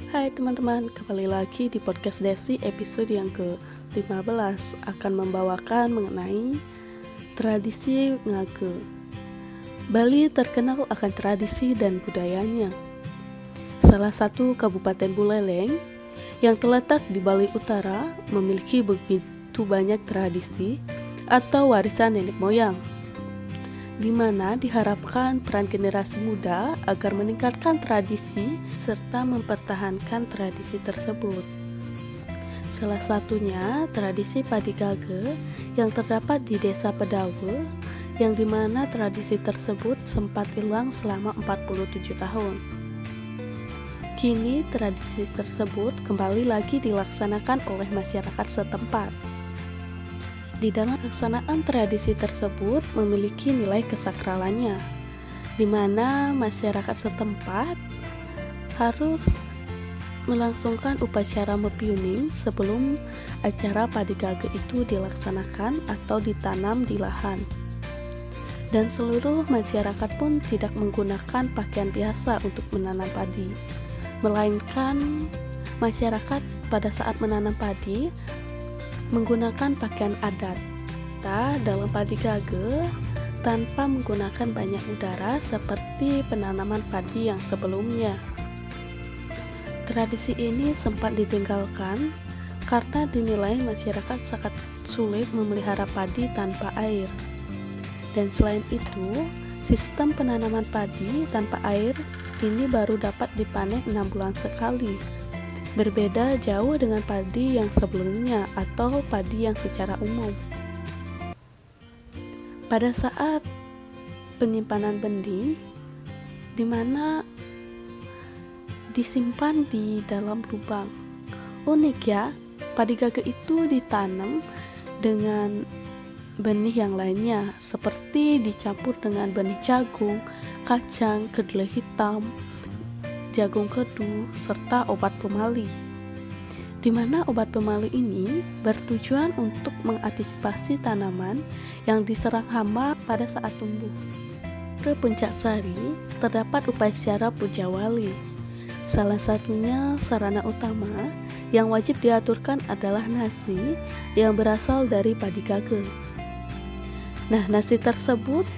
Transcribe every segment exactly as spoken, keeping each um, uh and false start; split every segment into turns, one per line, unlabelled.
Hai teman-teman, kembali lagi di podcast Desi episode yang ke lima belas akan membawakan mengenai tradisi Ngage. Bali terkenal akan tradisi dan budayanya. Salah satu kabupaten Buleleng yang terletak di Bali Utara memiliki begitu banyak tradisi atau warisan nenek moyang, di mana diharapkan peran generasi muda agar meningkatkan tradisi serta mempertahankan tradisi tersebut. Salah satunya tradisi Padi Gage yang terdapat di Desa Pedawe, yang dimana tradisi tersebut sempat hilang selama empat puluh tujuh tahun. Kini tradisi tersebut kembali lagi dilaksanakan oleh masyarakat setempat. Di dalam pelaksanaan tradisi tersebut memiliki nilai kesakralannya, di mana masyarakat setempat harus melangsungkan upacara mepiuning sebelum acara Padi Gage itu dilaksanakan atau ditanam di lahan. Dan seluruh masyarakat pun tidak menggunakan pakaian biasa untuk menanam padi, melainkan masyarakat pada saat menanam padi menggunakan pakaian adat Ta dalam Padi Gage tanpa menggunakan banyak udara seperti penanaman padi yang sebelumnya. Tradisi ini sempat ditinggalkan karena dinilai masyarakat sangat sulit memelihara padi tanpa air. Dan selain itu, sistem penanaman padi tanpa air ini baru dapat dipanen enam bulan sekali. Berbeda jauh dengan padi yang sebelumnya atau padi yang secara umum. Pada saat penyimpanan benih, di mana disimpan di dalam lubang. Unik ya, Padi Gage itu ditanam dengan benih yang lainnya, seperti dicampur dengan benih jagung, kacang, kedelai hitam, jagung kedu, serta obat pemali, di mana obat pemali ini bertujuan untuk mengantisipasi tanaman yang diserang hama pada saat tumbuh. Di Puncak Sari terdapat upacara puja wali. Salah satunya sarana utama yang wajib diaturkan adalah nasi yang berasal dari Padi Gage. Nah, nasi tersebut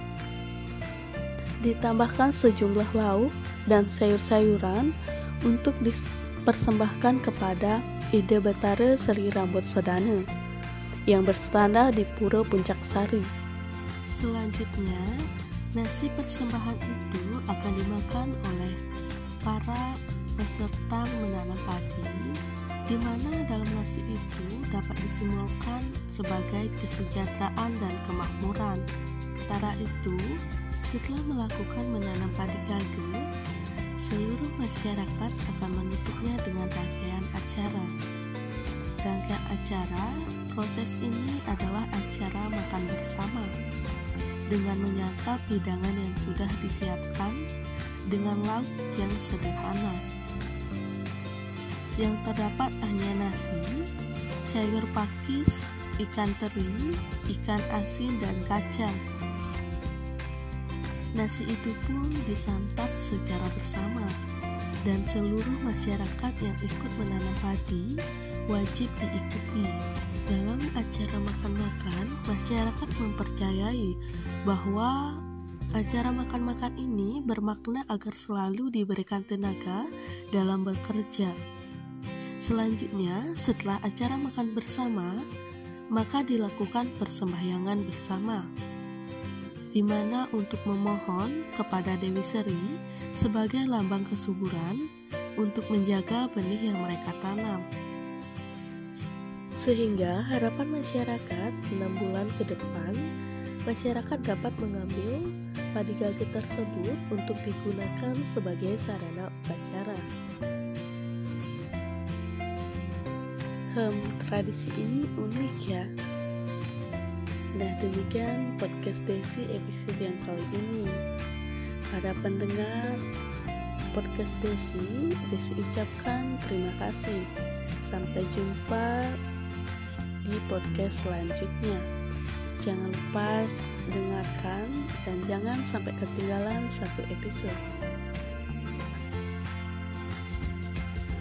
ditambahkan sejumlah lauk dan sayur-sayuran untuk dipersembahkan kepada Ide Betara Sri Rambut Sedana yang berstanda di Pura Puncak Sari. Selanjutnya, nasi persembahan itu akan dimakan oleh para peserta menanam padi, di mana dalam nasi itu dapat disimbolkan sebagai kesejahteraan dan kemakmuran. Sementara itu, setelah melakukan menanam Padi Gage, seluruh masyarakat akan menutupnya dengan rangkaian acara. Rangkaian acara, proses ini adalah acara makan bersama, dengan menyantap hidangan yang sudah disiapkan dengan lauk yang sederhana. Yang terdapat hanya nasi, sayur pakis, ikan teri, ikan asin, dan kacang. Nasi itu pun disantap secara bersama, dan seluruh masyarakat yang ikut menanam padi wajib diikuti. Dalam acara makan-makan, masyarakat mempercayai bahwa acara makan-makan ini bermakna agar selalu diberikan tenaga dalam bekerja. Selanjutnya, setelah acara makan bersama, maka dilakukan persembahyangan bersama, di mana untuk memohon kepada Dewi Sri sebagai lambang kesuburan untuk menjaga benih yang mereka tanam. Sehingga harapan masyarakat enam bulan ke depan, masyarakat dapat mengambil Padi Gage tersebut untuk digunakan sebagai sarana upacara. Hmm, tradisi ini unik ya. Nah, demikian podcast Desi episode yang kali ini. Para pendengar podcast Desi, Desi ucapkan terima kasih. Sampai jumpa di podcast selanjutnya. Jangan lupa dengarkan dan jangan sampai ketinggalan satu episode.